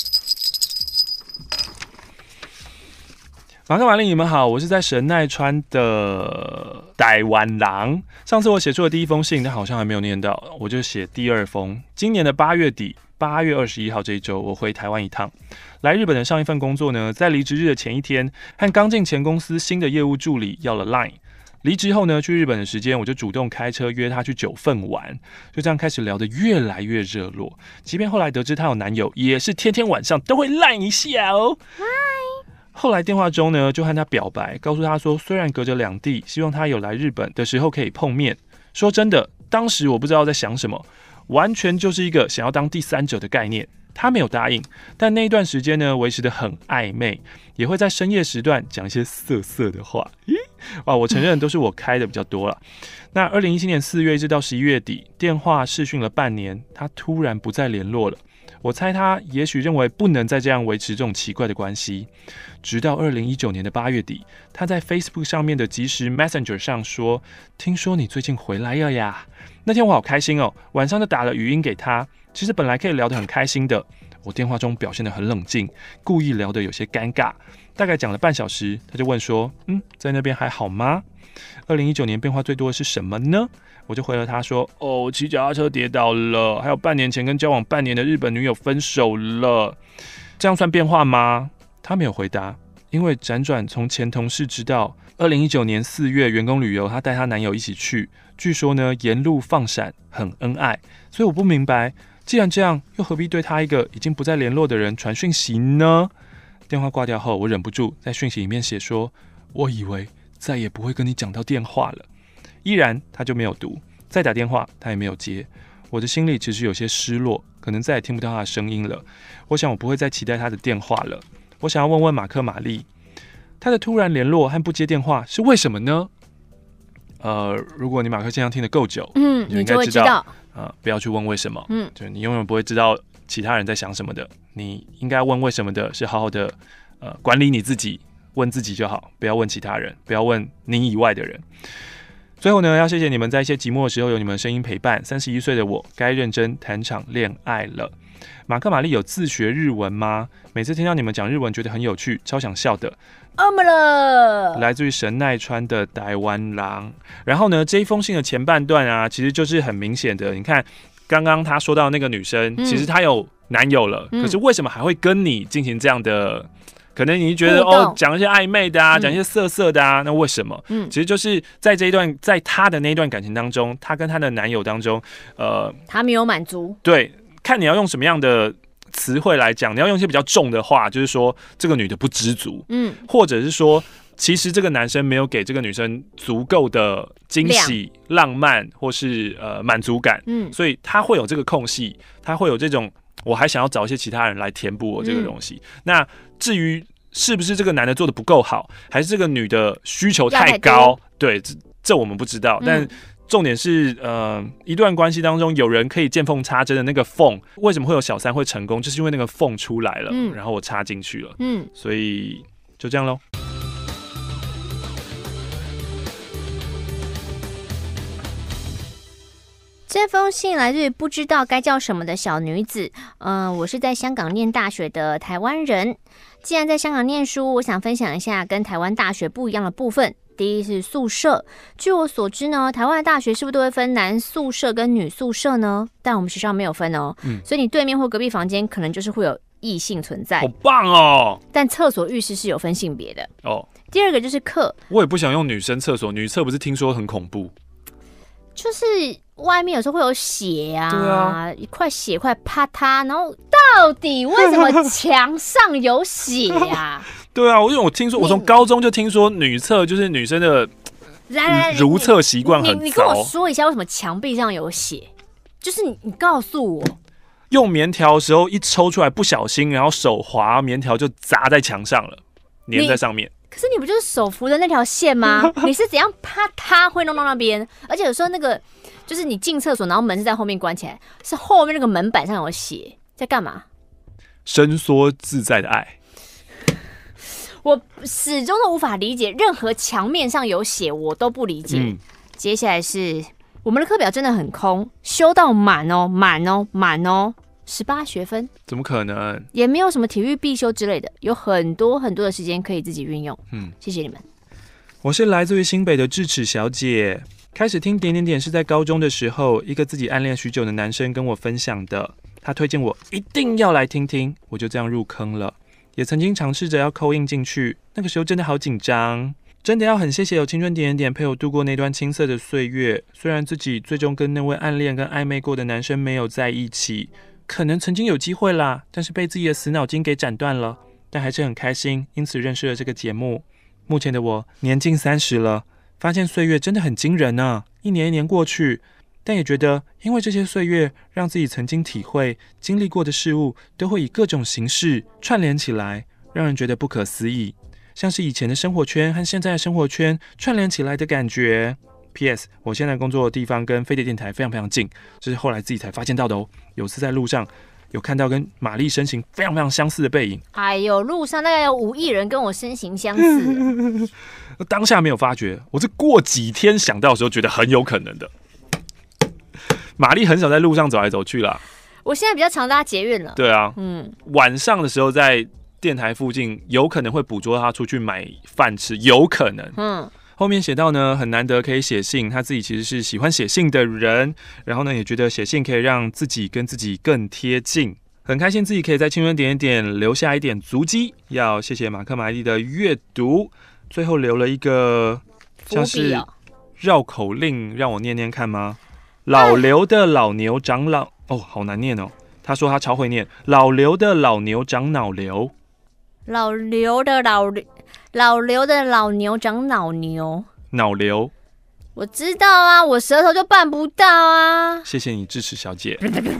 马克玛丽，你们好，我是在神奈川的台湾人。上次我写出的第一封信，但好像还没有念到，我就写第二封。今年的8月底，8月21号这一周，我回台湾一趟。来日本的上一份工作呢，在离职日的前一天，和刚进前公司新的业务助理要了 Line。离职后呢，去日本的时间，我就主动开车约她去九份玩，就这样开始聊得越来越热络。即便后来得知她有男友，也是天天晚上都会赖一下哦。后来电话中呢，就和她表白，告诉她说，虽然隔着两地，希望她有来日本的时候可以碰面。说真的，当时我不知道在想什么，完全就是一个想要当第三者的概念。他没有答应，但那一段时间呢，维持得很暧昧，也会在深夜时段讲一些色色的话。我承认都是我开的比较多了。那2017年4月一直到11月底，电话视讯了半年，他突然不再联络了。我猜他也许认为不能再这样维持这种奇怪的关系。直到2019年的8月底，他在 Facebook 上面的即时 Messenger 上说：“听说你最近回来了呀。”那天我好开心哦，晚上就打了语音给他。其实本来可以聊得很开心的，我电话中表现得很冷静，故意聊得有些尴尬。 大概讲了半小时，他就问说：“在那边还好吗？”2019年变化最多的是什么呢？我就回了他说：“哦，骑脚踏车跌倒了，还有半年前跟交往半年的日本女友分手了，这样算变化吗？”他没有回答，因为辗转从前同事知道，2019年4月员工旅游，她带她男友一起去，据说呢沿路放闪，很恩爱，所以我不明白，既然这样，又何必对他一个已经不再联络的人传讯息呢？电话挂掉后，我忍不住在讯息里面写说：“我以为再也不会跟你讲到电话了。”依然他就没有读，再打电话他也没有接。我的心里其实有些失落，可能再也听不到他的声音了。我想我不会再期待他的电话了。我想要问问马克玛丽，他的突然联络和不接电话是为什么呢？如果你马克先生听得够久，你就会知道，不要去问为什么，就你永远不会知道其他人在想什么的。你应该问为什么的是好好的管理你自己，问自己就好，不要问其他人，不要问你以外的人。最后呢，要谢谢你们在一些寂寞的时候有你们的声音陪伴。31岁的我该认真谈场恋爱了。马克玛丽有自学日文吗？每次听到你们讲日文觉得很有趣，超想笑的。来自于神奈川的台湾郎。然后呢，这一封信的前半段啊，其实就是很明显的，你看刚刚他说到那个女生，其实她有男友了，可是为什么还会跟你进行这样的？可能你觉得讲一些暧昧的啊，讲一些色色的啊，那为什么？其实就是在这一段，在她的那一段感情当中，她跟她的男友当中， 她没有满足。 对，看你要用什么样的词汇来讲，你要用一些比较重的话，就是说这个女的不知足，或者是说，其实这个男生没有给这个女生足够的惊喜、浪漫或是满足感，所以他会有这个空隙，他会有这种。我还想要找一些其他人来填补我这个东西。那至于是不是这个男的做的不够好，还是这个女的需求太高，对，这我们不知道。但重点是，一段关系当中有人可以见缝插针的那个缝，为什么会有小三会成功？就是因为那个缝出来了，然后我插进去了，所以就这样咯。 这封信来自于不知道该叫什么的小女子。我是在香港念大学的台湾人。既然在香港念书，我想分享一下跟台湾大学不一样的部分。第一是宿舍。据我所知呢，台湾的大学是不是都会分男宿舍跟女宿舍呢？但我们学校没有分哦。所以你对面或隔壁房间可能就是会有异性存在。 好棒哦！ 但厕所、浴室是有分性别的哦。 第二个就是课。 我也不想用女生厕所，女厕不是听说很恐怖？ 就是外面有时候会有血啊， 对啊， 一块血一块啪嗒，然后到底为什么墙上有血啊？ 对啊，因为我听说，我从高中就听说女厕就是女生的如厕习惯很糟。 你跟我说一下为什么墙壁上有血？就是你告诉我， 用棉条的时候一抽出来不小心，然后手滑，棉条就砸在墙上了，粘在上面。 可是你不就是手扶的那条线吗？你是怎样啪嗒会弄到那边？而且有时候那个就是你进厕所，然后门是在后面关起来，是后面那个门板上有血，在干嘛？ 伸缩自在的爱。 我始终都无法理解，任何墙面上有血我都不理解。接下来是我们的课表真的很空，修到满哦，18学分， 怎么可能？ 也没有什么体育必修之类的，有很多很多的时间可以自己运用。谢谢你们。 我是来自于新北的智齿小姐，开始听点点点是在高中的时候，一个自己暗恋许久的男生跟我分享的，他推荐我一定要来听听，我就这样入坑了。也曾经尝试着要call in进去，那个时候真的好紧张。真的要很谢谢有青春点点点陪我度过那段青涩的岁月，虽然自己最终跟那位暗恋跟暧昧过的男生没有在一起，可能曾经有机会啦，但是被自己的死脑筋给斩断了，但还是很开心，因此认识了这个节目。目前的我年近30了，发现岁月真的很惊人啊，一年一年过去，但也觉得因为这些岁月让自己曾经体会经历过的事物都会以各种形式串联起来，让人觉得不可思议，像是以前的生活圈和现在的生活圈串联起来的感觉。P.S. 我现在工作的地方跟飞碟电台非常非常近，这是后来自己才发现到的哦。有次在路上有看到跟玛丽身形非常非常相似的背影。 哎呦，路上大概有5亿人跟我身形相似。 当下没有发觉，我是过几天想到的时候觉得很有可能的。玛丽很少在路上走来走去啦。 我现在比较常搭捷运了。 对啊，晚上的时候在电台附近，有可能会捕捉他出去买饭吃，有可能。后面写到呢，很难得可以写信，他自己其实是喜欢写信的人，然后呢，也觉得写信可以让自己跟自己更贴近，很开心自己可以在青春点点留下一点足迹。要谢谢马克玛丽的阅读，最后留了一个像是绕口令，让我念念看吗？老刘的老牛长老，好难念哦。他说他超会念，老刘的老牛长脑瘤， 老刘的老牛长脑瘤， 脑瘤。 我知道啊，我舌头就办不到啊。 谢谢你支持小姐。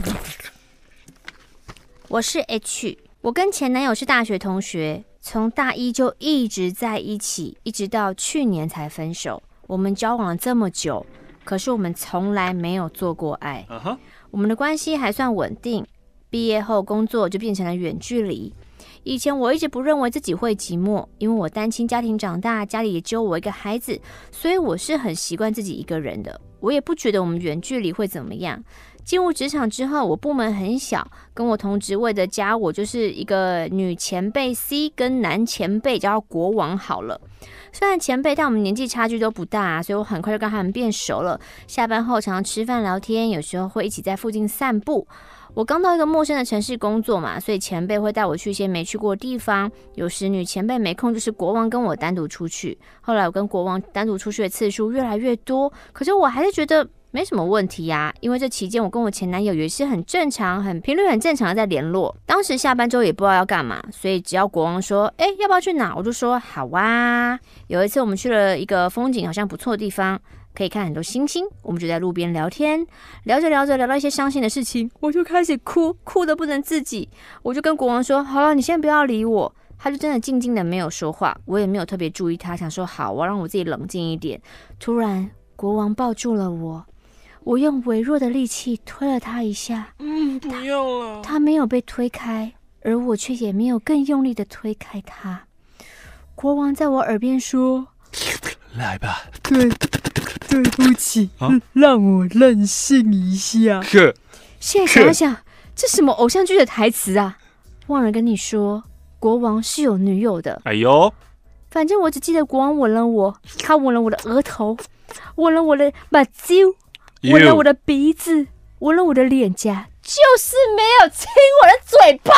我是 H， 我跟前男友是大学同学，从大一就一直在一起，一直到去年才分手。我们交往了这么久，可是我们从来没有做过爱。我们的关系还算稳定，毕业后工作就变成了远距离。以前我一直不认为自己会寂寞，因为我单亲家庭长大，家里也只有我一个孩子，所以我是很习惯自己一个人的。我也不觉得我们远距离会怎么样。进入职场之后，我部门很小，跟我同职位的加我就是一个女前辈 C 跟男前辈叫国王好了。虽然前辈但我们年纪差距都不大，所以我很快就跟他们变熟了。下班后常常吃饭聊天，有时候会一起在附近散步。我刚到一个陌生的城市工作嘛，所以前辈会带我去一些没去过的地方。有时女前辈没空，就是国王跟我单独出去。后来我跟国王单独出去的次数越来越多，可是我还是觉得没什么问题呀，因为这期间我跟我前男友也是很正常、频率很正常的在联络。当时下班之后也不知道要干嘛，所以只要国王说要不要去哪，我就说好啊。有一次我们去了一个风景好像不错的地方，可以看很多星星，我们就在路边聊天，聊着聊到一些伤心的事情，我就开始哭得不能自己。我就跟国王说好了，你先不要理我。他就真的静静的没有说话，我也没有特别注意他，想说好，我要让我自己冷静一点。突然国王抱住了我，我用微弱的力气推了他一下， 不要了。 他没有被推开，而我却也没有更用力的推开他。国王在我耳边说：“ 来吧。” 对不起，让我任性一下。现在想想，这什么偶像剧的台词啊？忘了跟你说，国王是有女友的。 哎呦， 反正我只记得国王吻了我，他吻了我的额头，吻了我的目睭，吻了我的鼻子，吻了我的脸颊，就是没有亲我的嘴巴。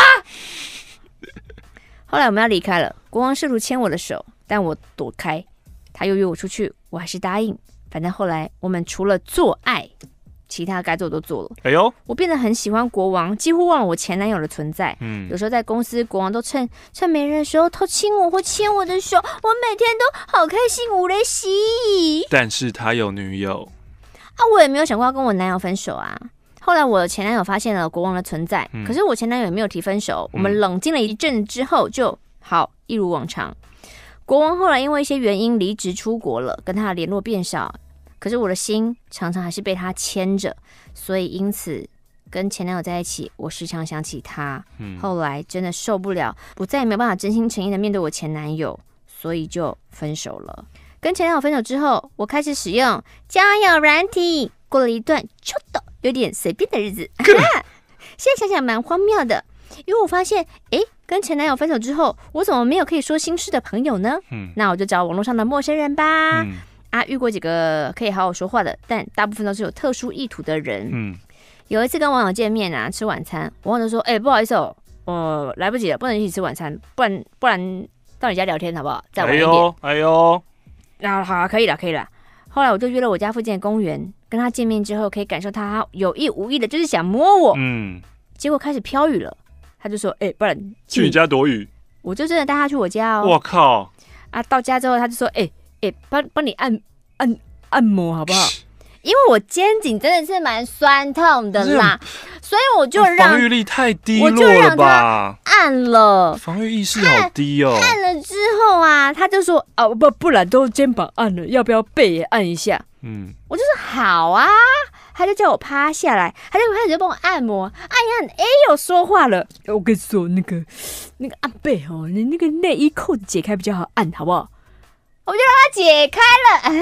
后来我们要离开了，国王试图牵我的手，但我躲开。他又约我出去，我还是答应。反正后来我们除了做爱，其他该做的都做了。 哎呦， 我变得很喜欢国王，几乎忘了我前男友的存在。有时候在公司，国王都趁没人的时候偷亲我或牵我的手，我每天都好开心无雷西。 但是他有女友啊，我也没有想过要跟我男友分手啊。后来我前男友发现了国王的存在，可是我前男友也没有提分手。我们冷静了一阵之后，就好一如往常。国王后来因为一些原因离职出国了，跟他的联络变少，可是我的心常常还是被他牵着，所以因此跟前男友在一起，我时常想起他。后来真的受不了，我再也没有办法真心诚意的面对我前男友，所以就分手了。跟前男友分手之后，我开始使用交友软体，过了一段有点随便的日子。现在想想蛮荒谬的，因为我发现跟前男友分手之后，我怎么没有可以说心事的朋友呢？那我就找网络上的陌生人吧。遇过几个可以好好说话的，但大部分都是有特殊意图的人。有一次跟网友见面啊，吃晚餐，网友就说：“不好意思哦，来不及了，不能一起吃晚餐，不然到你家聊天好不好？再晚一点。” 哎呦， 好，可以了。后来我就约了我家附近的公园，跟他见面之后，可以感受他有意无意的，就是想摸我。结果开始飘雨了。他就说：“不然去你家躲雨。” 我就真的带他去我家哦。 我靠！ 到家之后他就说：“帮你按摩好不好？”因为我肩颈真的是蛮酸痛的啦，所以我就防御力太低落了吧？ 按了， 防御意识好低哦。 按了之后啊，他就说：“不然都肩膀按了，要不要背也按一下？”我就说好啊。他就叫我趴下来，他就开始帮我按摩，按一按，又说话了。我跟你说，那个按背哦，你那个内衣扣子解开比较好按，好不好？我就让他解开了。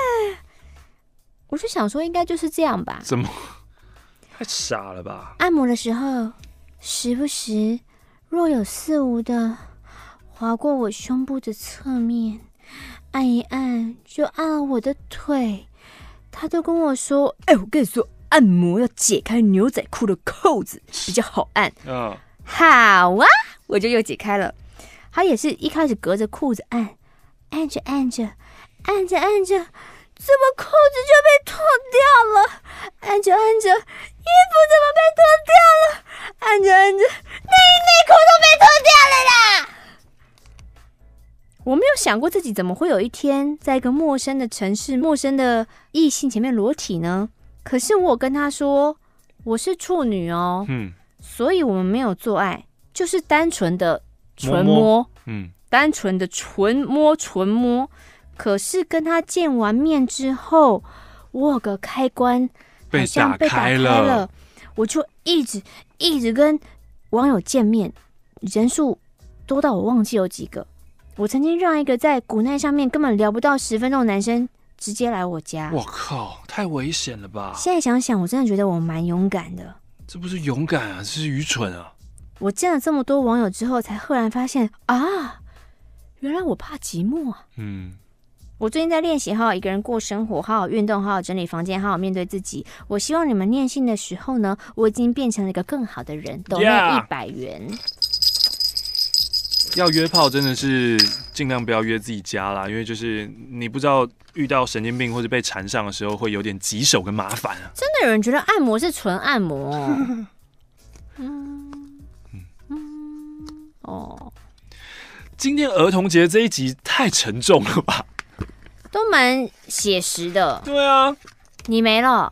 我就想说，应该就是这样吧？ 怎么？太傻了吧！ 按摩的时候，时不时若有似无的划过我胸部的侧面，按一按就按了我的腿。他都跟我说：“我跟你说，按摩要解开牛仔裤的扣子比较好按。”好啊，我就又解开了。他也是一开始隔着裤子按，按着，怎么裤子就被脱掉了？按着，衣服怎么被脱掉了？按着，内裤都被脱掉了啦！我没有想过自己怎么会有一天在一个陌生的城市、陌生的异性前面裸体呢？可是我跟他说我是处女哦，所以我们没有做爱，就是单纯的纯摸，单纯的纯摸。可是跟他见完面之后，我有个开关好像被打开了，我就一直跟网友见面，人数多到我忘记有几个。我曾经让一个在古奈上面根本聊不到10分钟的男生直接来我家。 我靠，太危险了吧！ 现在想想，我真的觉得我蛮勇敢的。 这不是勇敢啊，这是愚蠢啊！ 我见了这么多网友之后，才赫然发现啊，原来我怕寂寞啊。我最近在练习好好一个人过生活，好好运动，好好整理房间，好好面对自己。我希望你们念信的时候呢，我已经变成了一个更好的人。抖内100元。 要约炮真的是尽量不要约自己家啦，因为就是你不知道遇到神经病或者被缠上的时候会有点棘手跟麻烦啊。 真的有人觉得按摩是纯按摩哦。 今天儿童节这一集太沉重了吧？ 都蛮写实的。 对啊， 你没了。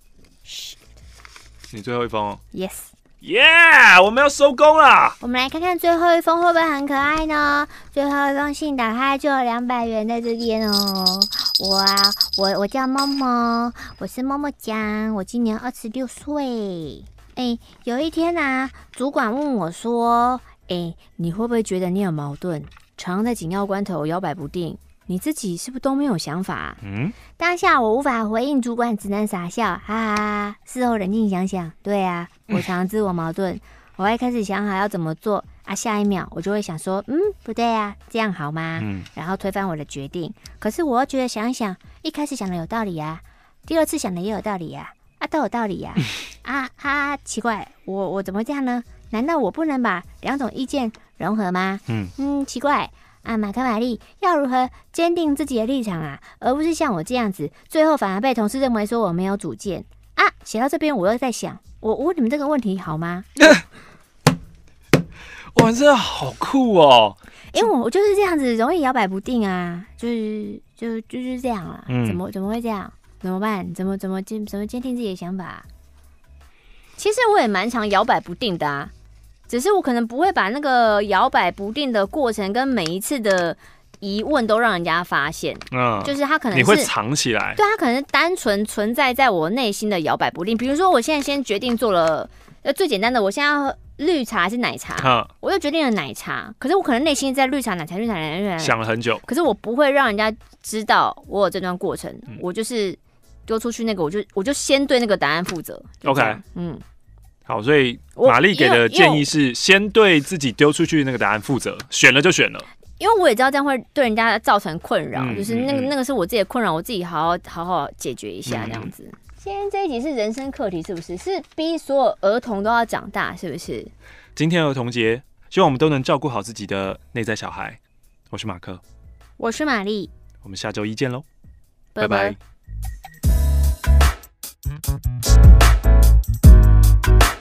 你最后一封哦。 Yes。 我们要收工了。 我们来看看最后一封会不会很可爱呢？最后一封信打开就有200元在这边哦。我叫默默，我是默默酱，我今年26岁。有一天啊，主管问我说：“你会不会觉得你有矛盾，常在紧要关头摇摆不定？你自己是不是都没有想法？”当下我无法回应主管，只能傻笑，哈哈。事后冷静想想，对啊，我常自我矛盾。我会开始想好要怎么做啊，下一秒我就会想说，不对啊，这样好吗？然后推翻我的决定。可是我又觉得想一想，一开始想的有道理啊，第二次想的也有道理啊，都有道理啊。奇怪，我怎么会这样呢？难道我不能把2种意见融合吗？奇怪。马克·玛丽要如何坚定自己的立场啊，而不是像我这样子，最后反而被同事认为说我没有主见啊。写到这边，我又在想，我问你们这个问题好吗？ 哇，真的好酷哦！ 因为我就是这样子，容易摇摆不定啊，就是这样啦。怎么会这样？怎么办？怎么坚定自己的想法？其实我也蛮常摇摆不定的啊。只是我可能不会把那个摇摆不定的过程跟每一次的疑问都让人家发现，就是他可能是你会藏起来， 对，他可能是单纯存在在我内心的摇摆不定。比如说，我现在先决定做了最简单的，我现在要喝绿茶还是奶茶，我就决定了奶茶。可是我可能内心在绿茶想了很久， 可是我不会让人家知道我有这段过程，我就是丢出去那个，我就先对那个答案负责。 OK，好，所以玛丽给的建议是先对自己丢出去那个答案负责，选了就选了。 因为我也知道这样会对人家造成困扰，就是那个是我自己的困扰，我自己好好解决一下这样子。今天这一集是人生课题，是不是？是逼所有儿童都要长大，是不是？ 今天儿童节，希望我们都能照顾好自己的内在小孩。我是马克， 我是玛丽， 我们下周一见喽， 拜拜。